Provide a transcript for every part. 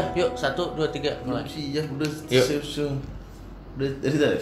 Udah, yuk 1, 2, 3 mulai. Iya, udah. Yuk. Udah dari tadi.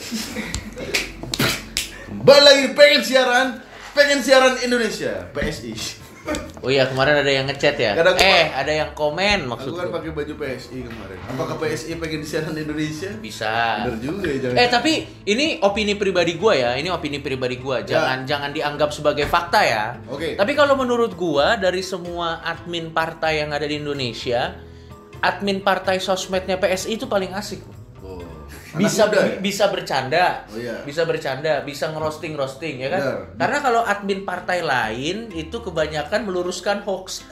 Kembali lagi pengen siaran Indonesia, PSI. Oh iya, kemarin ada yang ngechat ya. Ada yang komen maksud Aku kan gua. pakai baju PSI kemarin. Apakah PSI pengen siaran Indonesia? Bisa. Bener juga ya, jangan. Tapi ini opini pribadi gua ya. Ini opini pribadi gua. Jangan dianggap sebagai fakta ya. Oke. Tapi kalau menurut gua dari semua admin partai yang ada di Indonesia, admin partai sosmednya PSI itu paling asik. Oh. Bisa bercanda, Oh, iya. bisa bercanda, bisa ngerosting ya kan? Benar. Karena kalau admin partai lain itu kebanyakan meluruskan hoax.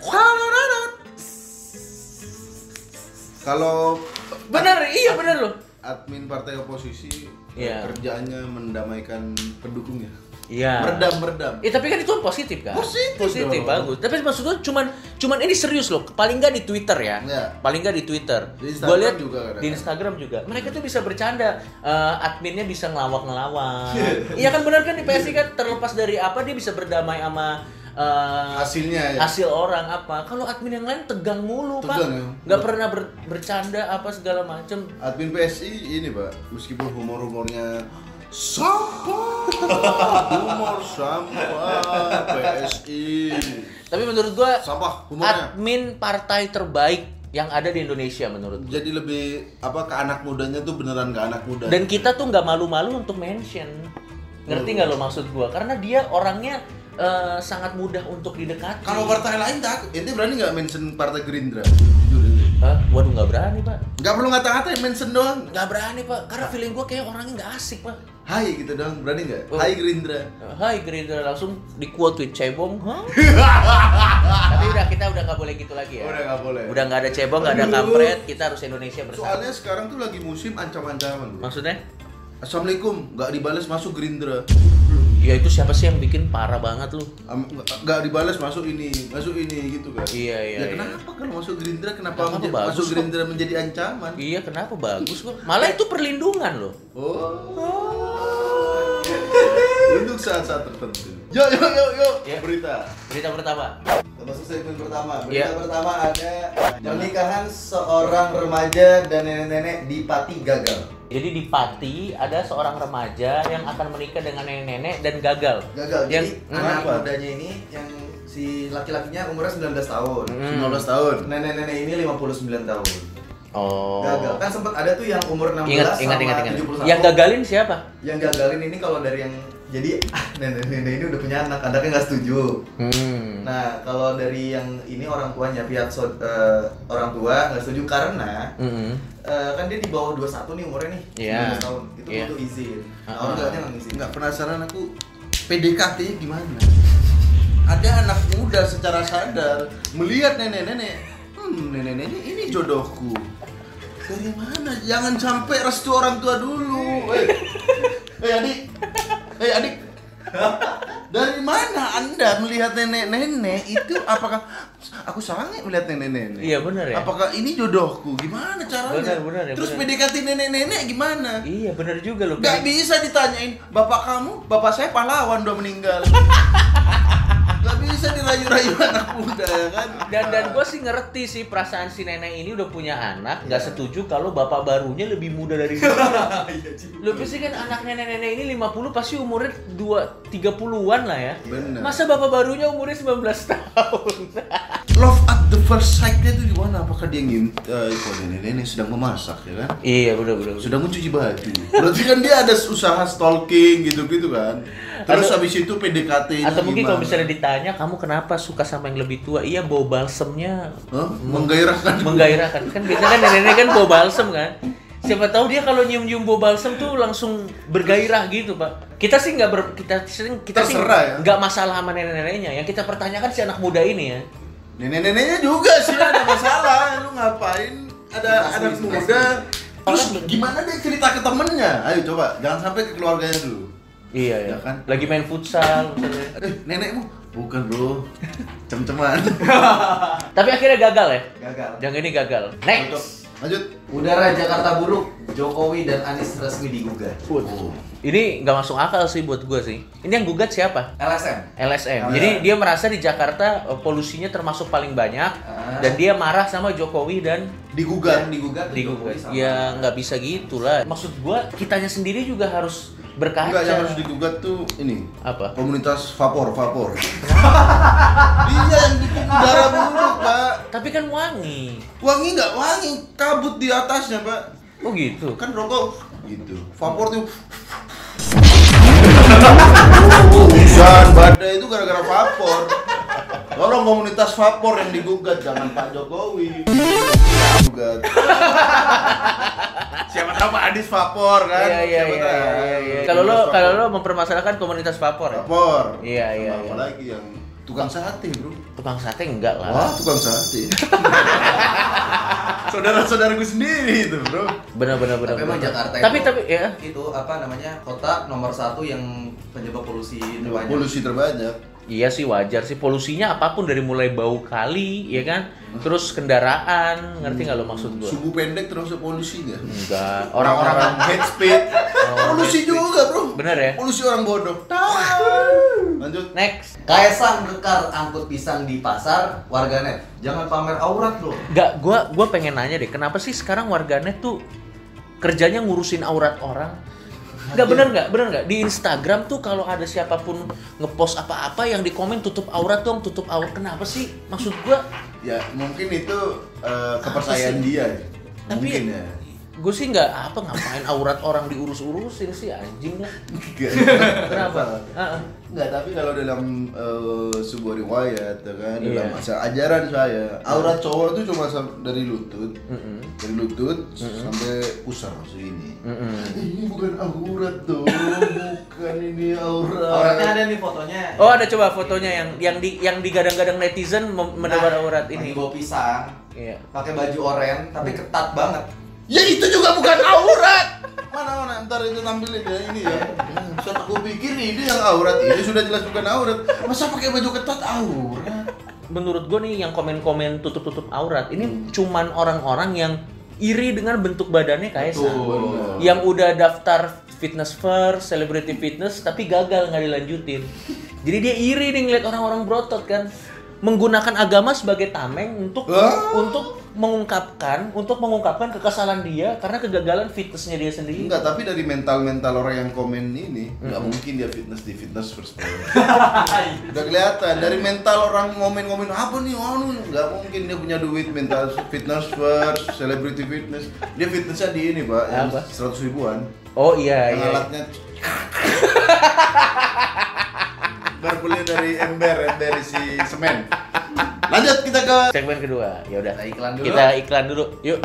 Kalau Iya bener loh. admin partai oposisi Iya. kerjaannya mendamaikan pendukungnya. Iya. Meredam. Tapi kan itu positif kan? Positif dong. Bagus. Tapi maksud gue cuman ini serius loh. Paling nggak di Twitter ya. Iya. Paling nggak di Twitter. Di Instagram Gua lihat juga kadang-kadang. di Instagram juga. Mereka tuh bisa bercanda. Adminnya bisa ngelawak. Iya kan benar kan di PSI kan terlepas dari apa dia bisa berdamai sama Hasilnya ya. hasil orang apa. Kalau admin yang lain tegang mulu Tegang, Pak. ya. Nggak pernah bercanda apa segala macem. Admin PSI ini Pak, meskipun humor-humornya sampah, humor sampah PSI. Tapi menurut gua Sampah humornya. admin partai terbaik yang ada di Indonesia menurut gua. Jadi lebih ke anak mudanya tuh beneran ke anak muda. Dan kita tuh nggak malu-malu untuk mention. Ngerti nggak lo maksud gua? Karena dia orangnya sangat mudah untuk didekati. kalau partai lain takut, ente berani nggak mention partai Gerindra? Hah? Waduh nggak berani Pak. Nggak perlu ngata-ngatain, mention doang. Nggak berani Pak. Karena feeling gua kayak orangnya nggak asik Pak. Hai gitu doang, berani nggak? Oh. Hai Gerindra. Hai Gerindra, langsung di quote tweet cebong. Hah? Tapi kita udah nggak boleh gitu lagi ya. Udah nggak boleh. Udah nggak ada cebong, nggak ada kampret. Kita harus Indonesia bersama. Soalnya sekarang tuh lagi musim ancam-ancaman. Bro. Maksudnya? Assalamualaikum, nggak dibalas masuk Gerindra. Ya itu siapa sih yang bikin parah banget lu? Nggak dibalas masuk ini gitu kan. Iya. Kenapa kalau masuk Gerindra Kenapa masuk bagus kok? Gerindra menjadi ancaman? Iya, kenapa bagus kok? Malah itu perlindungan loh. Untuk saat-saat tertentu. Yuk. Ya. Berita pertama. masuk segmen pertama. Ya. Berita pertama ada pernikahan seorang remaja dan nenek-nenek di Pati gagal. Jadi di Pati ada seorang remaja yang akan menikah dengan nenek-nenek dan gagal. Jadi anak apa? mudanya ini yang si laki-lakinya umurnya 19 tahun. 19 tahun. Nenek-nenek ini 59 tahun. Oh. Gagal. Kan sempat ada tuh yang umur 16 Ingat. sama 71. Yang gagalin siapa? Yang gagalin ini kalau dari yang jadi nenek-nenek ini udah punya anaknya nggak setuju. Nah kalau dari yang ini orang tuanya pihak orang tua nggak setuju karena kan dia di bawah 21 nih umurnya nih, 19 tahun itu butuh izin. Nah orang tuanya nggak ngizin. Nggak penasaran aku PDKT gimana? Ada anak muda secara sadar melihat nenek-nenek, nenek-nenek ini jodohku. Dari mana? Jangan sampai restu orang tua dulu. Adik. Dari mana Anda melihat nenek-nenek itu? Apakah aku sange melihat nenek-nenek? Iya benar ya. Apakah ini jodohku? Gimana caranya? Benar ya. Terus benar. PDKT nenek-nenek gimana? Iya benar juga loh. Gak bisa ditanyain, bapak saya pahlawan udah meninggal. Gak bisa dirayu-rayu anak muda ya kan? Dan gue sih ngerti sih perasaan si nenek ini udah punya anak, nggak setuju kalau bapak barunya lebih muda dari dia. Lu pasti kan anak nenek-nenek ini 50 pasti umurnya 30-an lah ya. Bener. Masa bapak barunya umurnya 19 tahun. Love at the first sight-nya itu di mana? Apakah dia nenek-nenek sedang memasak ya kan? Iya benar. Sedang mencuci baju. Berarti kan dia ada usaha stalking gitu-gitu kan. Terus habis itu PDKT-nya atau mungkin gimana? kalau misalnya ditanya kamu kenapa suka sama yang lebih tua? Iya bau balsemnya menggairahkan. Kan biasanya kan nenek-nenek kan bau balsem kan. Siapa tahu dia kalau nyium-nyium bau balsem tuh langsung bergairah gitu, Pak. Kita sih kita sih ya? nggak masalah sama nenek-neneknya. Yang kita pertanyakan si anak muda ini ya. Nenek-neneknya juga sih ada masalah. Lu ngapain ada anak muda? Terus gimana dia cerita ke temennya? Ayo coba, jangan sampai ke keluarganya dulu. Iya ya kan. Lagi main futsal misalnya. Nenekmu? Bukan bro, cem-ceman. Tapi akhirnya gagal ya. Gagal. Yang ini gagal. Next. Lanjut. Udara Jakarta buruk, Jokowi dan Anies resmi digugat. Ini nggak masuk akal sih buat gue sih. Ini yang gugat siapa? LSM. Jadi dia merasa di Jakarta polusinya termasuk paling banyak dan dia marah sama Jokowi dan digugat. Ya nggak bisa gitulah. Maksud gue kitanya sendiri juga harus berkaca. Enggak, yang harus digugat tuh ini. Apa? Komunitas vapor. Dia yang bikin udara buruk, Pak. Tapi kan wangi. Wangi nggak wangi, kabut di atasnya, Pak. Oh gitu. Kan rokok gitu. Vapor tuh. Hujan badai itu gara-gara vapor. Tolong komunitas vapor yang digugat, jangan Pak Jokowi. Gugat. Siapa tahu Pak Anies vapor kan? Iya. Kalau lo mempermasalahkan komunitas vapor ya? Vapor. Iya. Apalagi yang tukang sate, Bro. Tukang sate enggak lah. Wah, tukang sate. Saudara-saudaraku sendiri itu, Bro. Benar. Tapi emang Jakarta tapi ya itu apa namanya, kota nomor 1 yang penyebab polusi terbanyak. Polusi terbanyak. iya sih wajar sih polusinya apapun dari mulai bau kali ya kan terus kendaraan ngerti nggak lo maksud gue? Subuh pendek termasuk polusi nggak? Enggak Orang-orang head speed polusi juga bro. Bener ya? Polusi orang bodoh. Lanjut. Next. Kaisang gekar angkut pisang di pasar, warganet jangan pamer aurat lo. Nggak, gua pengen nanya deh kenapa sih sekarang warganet tuh kerjanya ngurusin aurat orang? Bener nggak? Di Instagram tuh kalau ada siapapun ngepost apa-apa yang di komen tutup aurat dong, tutup aurat. Kenapa sih? Maksud gua ya mungkin itu kepercayaan dia. Tapi mungkin ya. Gue sih ngapain aurat orang diurus-urusin sih anjing lah. Kenapa? Enggak, tapi kalau dalam sebuah riwayat ya kan, Iya. dalam ajaran saya, aurat cowok itu cuma dari lutut. Dari lutut sampai pusar segini. Ini bukan aurat tuh, bukan ini aurat. Auratnya ada nih fotonya. Oh, ada coba fotonya yang digadang-gadang netizen menebar aurat ini. Bawa pisang. Iya. Pakai baju oranye tapi ketat banget. Ya itu juga bukan aurat. Mana ntar itu tampilin ya ini ya. Saat aku pikir ini yang aurat ini sudah jelas bukan aurat. Masa pakai baju ketat aurat? Menurut gue nih yang komen-komen tutup-tutup aurat ini cuman orang-orang yang iri dengan bentuk badannya Kaisang. Yang udah daftar fitness first, celebrity fitness tapi gagal nggak dilanjutin. Jadi dia iri nih ngeliat orang-orang berotot kan. Menggunakan agama sebagai tameng untuk mengungkapkan kekesalan dia karena kegagalan fitnessnya dia sendiri. Enggak, tapi dari mental orang yang komen ini nggak mungkin dia fitness di fitness first. Udah kelihatan dari mental orang ngomen apa nih, nggak mungkin dia punya duit mental fitness first, celebrity fitness. Dia fitnessnya di ini pak, yang 100 ribuan. Oh iya. Alatnya. Berbeli dari ember isi semen. Lanjut kita ke segmen kedua. Ya udah, Kita iklan dulu. Yuk.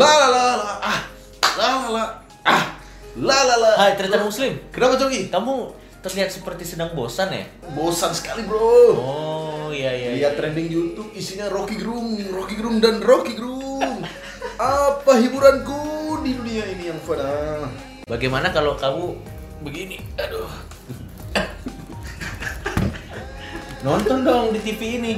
Hai Tretan Muslim. Kenapa Coki? Kamu terlihat seperti sedang bosan ya? Bosan sekali bro. Oh iya. Lihat trending YouTube isinya Rocky Gerung dan Rocky Gerung. Apa hiburanku di dunia ini yang fana? Bagaimana kalau kamu begini? Aduh. Nonton dong di TV ini.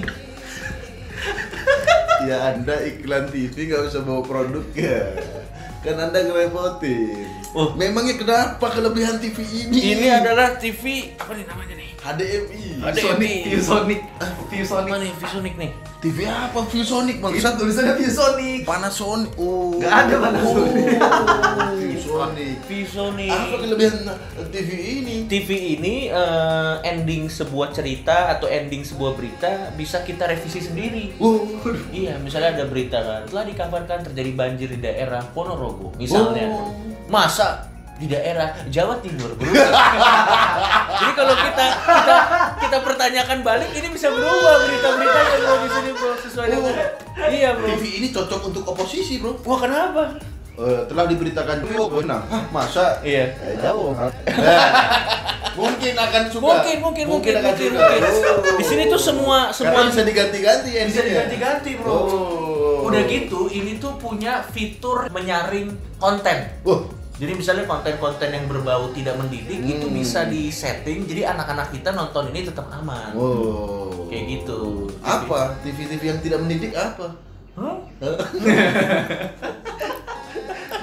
Ya Anda iklan TV nggak usah bawa produk ya. Kan Anda ngerepotin. Oh. Memangnya kenapa kelebihan TV ini? Ini adalah TV apa nih namanya nih? HDMI. ViewSonic. Apa nih? ViewSonic nih. TV apa? ViewSonic maksudnya Tulisannya ViewSonic. Panasonic. Oh. Nggak ada Panasonic. ViewSonic. Apa kelebihan TV ini? TV ini ending sebuah cerita atau ending sebuah berita bisa kita revisi sendiri. Iya, misalnya ada berita kan, telah dikabarkan terjadi banjir di daerah Ponorogo, misalnya. Masa di daerah Jawa Timur berubah? Jadi kalau kita pertanyakan balik, ini bisa berubah berita-beritanya bro, bisa dibuat sesuai dengan. Iya bro. TV ini cocok untuk oposisi bro. Wah kenapa? Telah diberitakan menang. Masa? Iya. Jauh. Mungkin akan suka. Mungkin. Di sini tuh semua karena bisa diganti-ganti ya. Bisa diganti-ganti bro. Udah gitu, ini tuh punya fitur menyaring konten. Jadi misalnya konten-konten yang berbau tidak mendidik itu bisa di-setting jadi anak-anak kita nonton ini tetap aman. Kayak gitu. Apa? TV-TV yang tidak mendidik apa?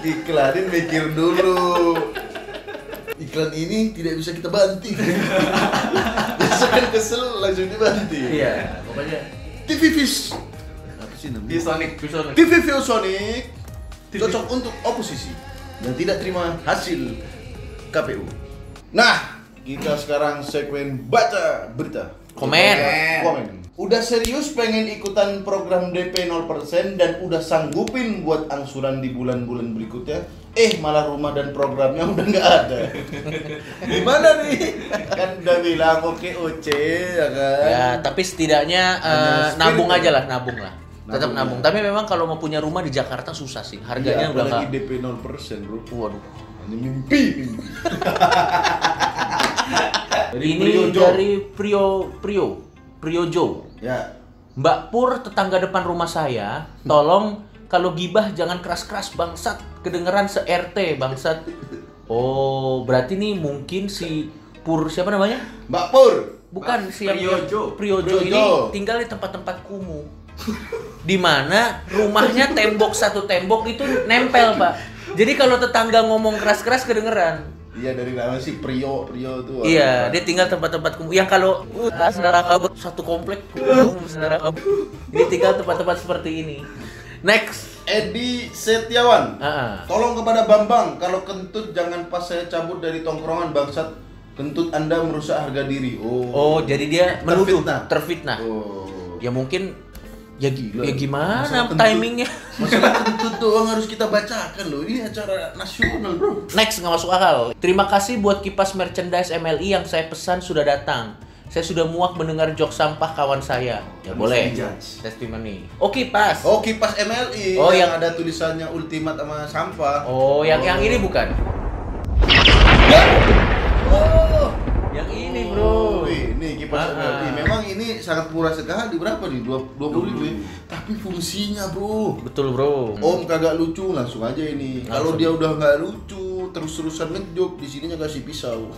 Iklanin mikir dulu. Iklan ini tidak bisa kita banting. Biasa kan kesel langsung dibanting. Iya, pokoknya TV Fish. Apa sih namanya? Visonic. TV Visonic cocok untuk oposisi yang tidak terima hasil KPU. Nah, kita sekarang segmen baca berita. Komen. Udah serius pengen ikutan program DP 0% dan udah sanggupin buat angsuran di bulan-bulan berikutnya. Malah rumah dan programnya udah nggak ada. Gimana nih? Kan udah bilang oke OC ya kan. Ya, tapi setidaknya nabung aja lah, nabung lah. Tetap nabung. Tapi memang kalau mau punya rumah di Jakarta susah sih. Harganya udah apalagi nggak. DP 0%, bro. Waduh. Hanya mimpi. Ini dari Priyojo. Ya. Mbak Pur, tetangga depan rumah saya, tolong kalau gibah jangan keras-keras bangsat, kedengeran se-RT bangsat. Oh, berarti nih mungkin si Pur siapa namanya? Mbak Pur. Bukan si yang Priyojo. Priyojo ini tinggal di tempat-tempat kumuh. Di mana rumahnya tembok satu tembok itu nempel, Pak. Jadi kalau tetangga ngomong keras-keras kedengeran. Iya, dari nama si Prio tuh. Iya, dia tinggal tempat-tempat kumuh. Yang kalau saudara kabut satu komplek, saudara kabut. Dia tinggal tempat-tempat seperti ini. Next, Edi Setiawan. Tolong kepada Bambang, kalau kentut jangan pas saya cabut dari tongkrongan bangsat. Kentut Anda merusak harga diri. Oh, jadi dia menuduh terfitnah. Oh. Ya mungkin ya gimana Masalah timingnya? Masalah kentut doang harus kita bacakan loh. Ini acara nasional, bro. Next, nggak masuk akal. Terima kasih buat kipas merchandise MLI yang saya pesan sudah datang. Saya sudah muak mendengar jok sampah kawan saya. Ya boleh. Testimoni. Oh, kipas. Oh, kipas MLI. Oh, yang ada tulisannya ultimat sama sampah. Oh, yang ini bukan? Oh, Yang ini, bro. Ini kipas MLI. Memang ini sangat murah sekali. Berapa nih? 20.000 ya? Tapi fungsinya, bro. Betul, bro. Om kagak lucu, langsung aja ini. Kalau dia udah nggak lucu, terus-terusan ngejok, di sininya kasih pisau.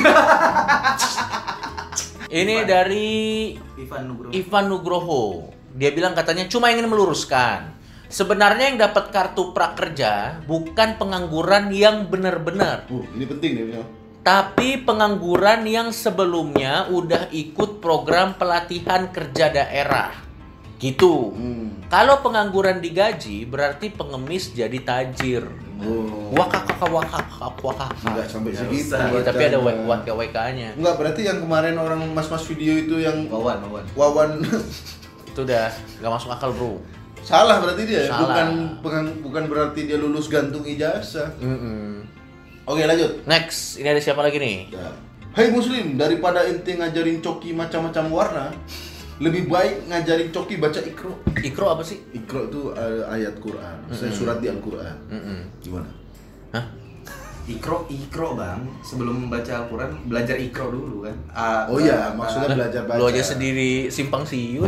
Ini dari Ivan Nugroho. Dia bilang katanya cuma ingin meluruskan. Sebenarnya yang dapat kartu prakerja bukan pengangguran yang benar-benar. Ini penting nih. Tapi pengangguran yang sebelumnya udah ikut program pelatihan kerja daerah. Gitu. Kalau pengangguran digaji berarti pengemis jadi tajir. Wakak. Enggak sampai segitu. Tapi ada WK-nya. Enggak, berarti yang kemarin orang mas-mas video itu yang Wawan Itu udah nggak masuk akal, bro. salah berarti dia. Salah. Bukan berarti dia lulus gantung ijazah. Oke, lanjut. Next, ini ada siapa lagi nih? Ya. Hai Muslim, daripada ente ngajarin Coki macam-macam warna, lebih baik ngajarin Coki baca Iqra. Iqra apa sih? Iqra itu ayat Quran, surat di Al-Quran. Gimana? Hah? Ikro bang, sebelum membaca Al-Quran belajar ikro dulu kan. Oh iya, maksudnya belajar baca. Lu aja sendiri simpang siur.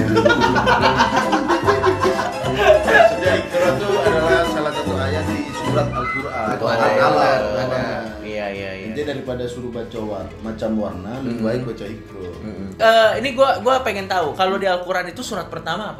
Maksudnya Iqra itu adalah salah satu ayat di surat Al-Quran. Itu Ada. Iya. Jadi daripada suruh baca macam warna, lebih baik baca Iqra. Ini gua pengen tahu kalau di Al-Quran itu surat pertama apa?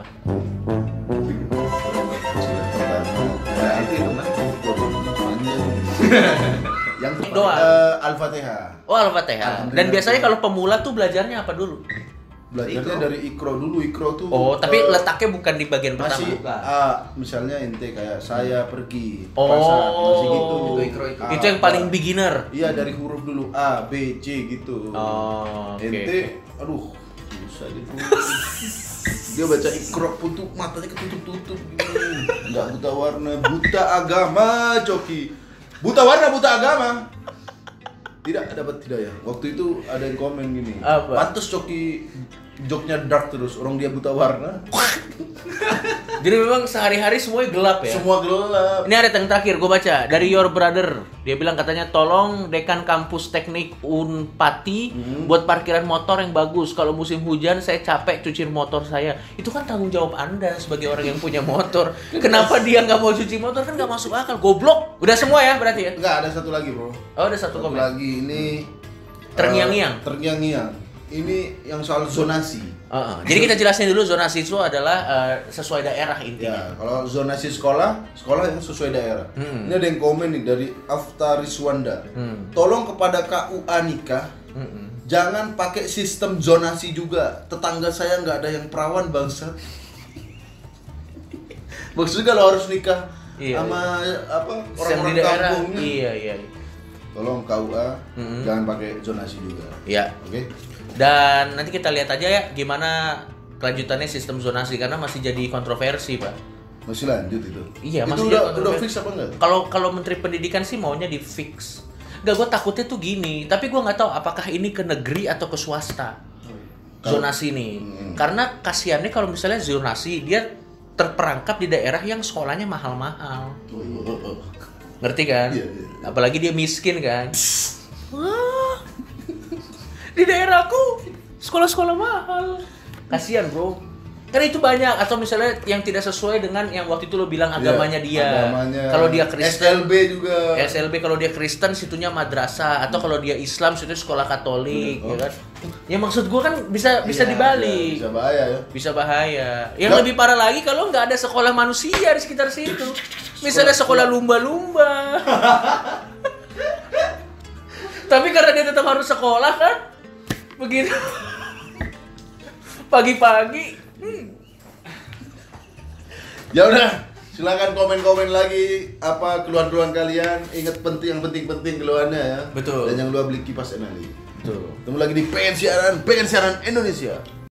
Yang doa. Al-Fatihah. Oh, Al-Fatihah. Dan biasanya kalau pemula tuh belajarnya apa dulu? Belajarnya dari Iqra dulu. Iqra tuh tapi letaknya bukan di bagian pertama. masih misalnya ente kayak saya pergi Oh. pasar, masih gitu. Itu yang paling beginner. Iya, dari huruf dulu A, B, C gitu. Oh, oke. Ente susah dia. Dia baca Iqra pun tuh matanya ketutup-tutup gini. Enggak buta warna, buta agama, Coki. Buta warna, buta agama. Tidak dapat hidayah. Waktu itu ada yang komen gini. Apa? Pantes Coki joknya dark terus, orang dia buta warna. Jadi memang sehari-hari semuanya gelap ya? Semua gelap. Ini ada yang terakhir, gue baca dari Your Brother. Dia bilang katanya tolong dekan kampus teknik Unpati buat parkiran motor yang bagus. Kalau musim hujan saya capek cuci motor saya. Itu kan tanggung jawab Anda sebagai orang yang punya motor. Kenapa dia nggak mau cuci motor? Kan nggak masuk akal. Goblok. Udah semua ya berarti ya? Enggak, ada satu lagi, bro. Oh, ada satu komen. Lagi ini Terngiang-ngiang. Terngiang-ngiang. ini yang soal zonasi. Jadi kita jelasin dulu zonasi itu adalah sesuai daerah intinya. Ya, kalau zonasi sekolah yang sesuai daerah. Ini ada yang komen nih dari Afta Riswanda. Tolong kepada KUA nikah, jangan pakai sistem zonasi juga. Tetangga saya nggak ada yang perawan bangsa. Maksudnya kalau harus nikah sama orang-orang kampung. Iya. Tolong KUA jangan pakai zonasi juga. Iya. Oke. Dan nanti kita lihat aja ya gimana kelanjutannya sistem zonasi karena masih jadi kontroversi, Pak. Masih lanjut itu. Iya, itu masih udah fix apa enggak? Kalau Menteri Pendidikan sih maunya di fix. Enggak, gue takutnya tuh gini, tapi gue nggak tahu apakah ini ke negeri atau ke swasta. Zonasi nih. Karena kasihannya kalau misalnya zonasi dia terperangkap di daerah yang sekolahnya mahal-mahal. Ngerti kan? Iya. Apalagi dia miskin kan. Wah, di daerahku sekolah-sekolah mahal. Kasihan, Bro. Karena itu banyak, atau misalnya yang tidak sesuai dengan yang waktu itu lo bilang agamanya dia. Kalau dia Kristen, SLB juga. SLB kalau dia Kristen situnya madrasah, atau kalau dia Islam situ sekolah Katolik, ya kan? Ya maksud gua kan bisa dibalik. Bisa bahaya ya. Bisa bahaya. Yang lebih parah lagi kalau nggak ada sekolah manusia di sekitar situ. Misalnya sekolah lumba-lumba. Tapi karena dia tetap harus sekolah kan? Begitu. Pagi-pagi. Ya udah, silakan komen-komen lagi apa keluhan-keluhan kalian. Ingat yang penting-penting keluhannya ya. Betul. Dan jangan lupa beli kipas Enali. Betul. Ketemu lagi di PN Siaran Indonesia.